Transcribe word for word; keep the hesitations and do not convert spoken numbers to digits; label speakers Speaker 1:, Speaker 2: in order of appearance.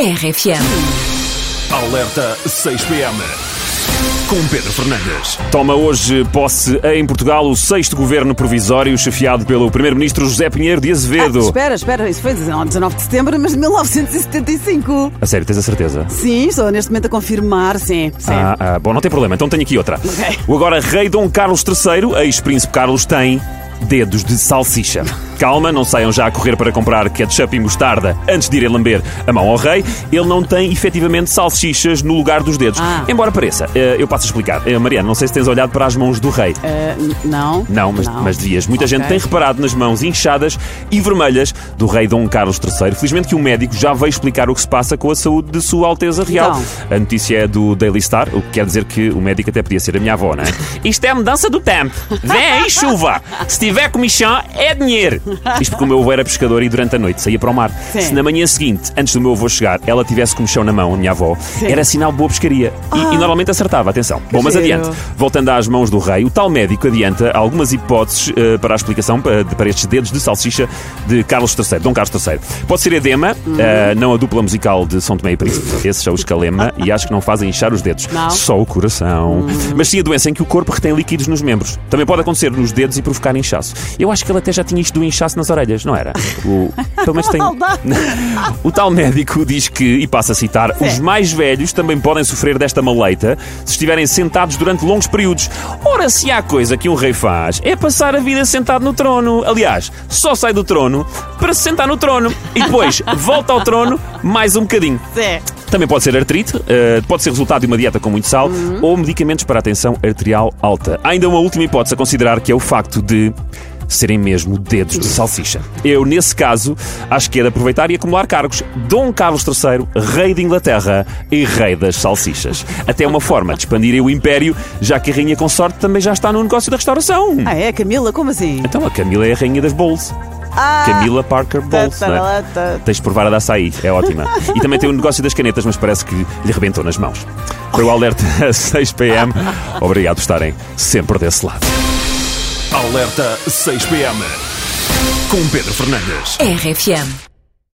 Speaker 1: R F M.
Speaker 2: Alerta seis P M. Com Pedro Fernandes.
Speaker 3: Toma hoje posse em Portugal o sexto governo provisório, chefiado pelo primeiro-ministro José Pinheiro de Azevedo.
Speaker 4: Ah, espera, espera, isso foi dezenove de setembro, mas de mil novecentos e setenta e cinco.
Speaker 3: A sério, tens a certeza?
Speaker 4: Sim, estou neste momento a confirmar, sim. sim.
Speaker 3: Ah, ah, bom, não tem problema, então tenho aqui outra.
Speaker 4: Ok.
Speaker 3: O agora rei Dom Carlos terceiro, ex-príncipe Carlos, tem dedos de salsicha. Calma, não saiam já a correr para comprar ketchup e mostarda antes de irem lamber a mão ao rei. Ele não tem efetivamente salsichas no lugar dos dedos.
Speaker 4: Ah.
Speaker 3: Embora pareça. Eu passo a explicar. Mariana, não sei se tens olhado para as mãos do rei.
Speaker 4: Uh, não.
Speaker 3: Não, mas,
Speaker 4: não.
Speaker 3: mas devias. Muita
Speaker 4: Okay.
Speaker 3: gente tem reparado nas mãos inchadas e vermelhas do rei Dom Carlos terceiro. Felizmente que um médico já veio explicar o que se passa com a saúde de Sua Alteza Real.
Speaker 4: Então.
Speaker 3: A notícia é do Daily Star, o que quer dizer que o médico até podia ser a minha avó, não é? Isto é a mudança do tempo. Vem aí chuva. Se tiver comichão, é dinheiro. Isto porque o meu avô era pescador e durante a noite saía para o mar.
Speaker 4: Sim.
Speaker 3: Se na manhã seguinte, antes do meu avô chegar, ela tivesse comichão na mão, a minha avó,
Speaker 4: Sim.
Speaker 3: era sinal de boa pescaria. E,
Speaker 4: Ah.
Speaker 3: e normalmente acertava, atenção. Bom, mas
Speaker 4: giro.
Speaker 3: adiante. Voltando às mãos do rei, o tal médico adianta algumas hipóteses uh, para a explicação para, para estes dedos de salsicha de Carlos terceiro, Dom Carlos terceiro. Pode ser edema,
Speaker 4: Uhum.
Speaker 3: uh, não a dupla musical de São Tomé e Príncipe. Esses são os calema e acho que não fazem inchar os dedos.
Speaker 4: Não.
Speaker 3: Só o coração.
Speaker 4: Uhum.
Speaker 3: Mas sim a doença em que o corpo retém líquidos nos membros. Também pode acontecer nos dedos e provocar inchaço. Eu acho que ele até já tinha isto do inchaço nas orelhas, não era? O... Pelo menos tem... O tal médico diz que, e passo a citar,
Speaker 4: Sim.
Speaker 3: os mais velhos também podem sofrer desta maleita se estiverem sentados durante longos períodos. Ora, se há coisa que um rei faz é passar a vida sentado no trono. Aliás, só sai do trono para se sentar no trono e depois volta ao trono mais um bocadinho.
Speaker 4: Sim.
Speaker 3: Também pode ser artrite, uh, pode ser resultado de uma dieta com muito sal
Speaker 4: Uhum.
Speaker 3: ou medicamentos para a tensão arterial alta. Há ainda uma última hipótese a considerar, que é o facto de serem mesmo dedos de salsicha. Eu, nesse caso, acho que é de aproveitar e acumular cargos. Dom Carlos terceiro, rei de Inglaterra e rei das salsichas. Até uma forma de expandir o império, já que a rainha consorte também já está no negócio da restauração.
Speaker 4: Ah, é, Camila? Como assim?
Speaker 3: Então a Camila é a rainha das bowls.
Speaker 4: Ah,
Speaker 3: Camila Parker Bowles, não é? Tens de provar a da açaí, é ótima. E também tem o negócio das canetas, mas parece que lhe rebentou nas mãos. Foi o alerta seis P M. Obrigado por estarem sempre desse lado.
Speaker 2: Alerta seis P M. Com Pedro Fernandes.
Speaker 1: R F M.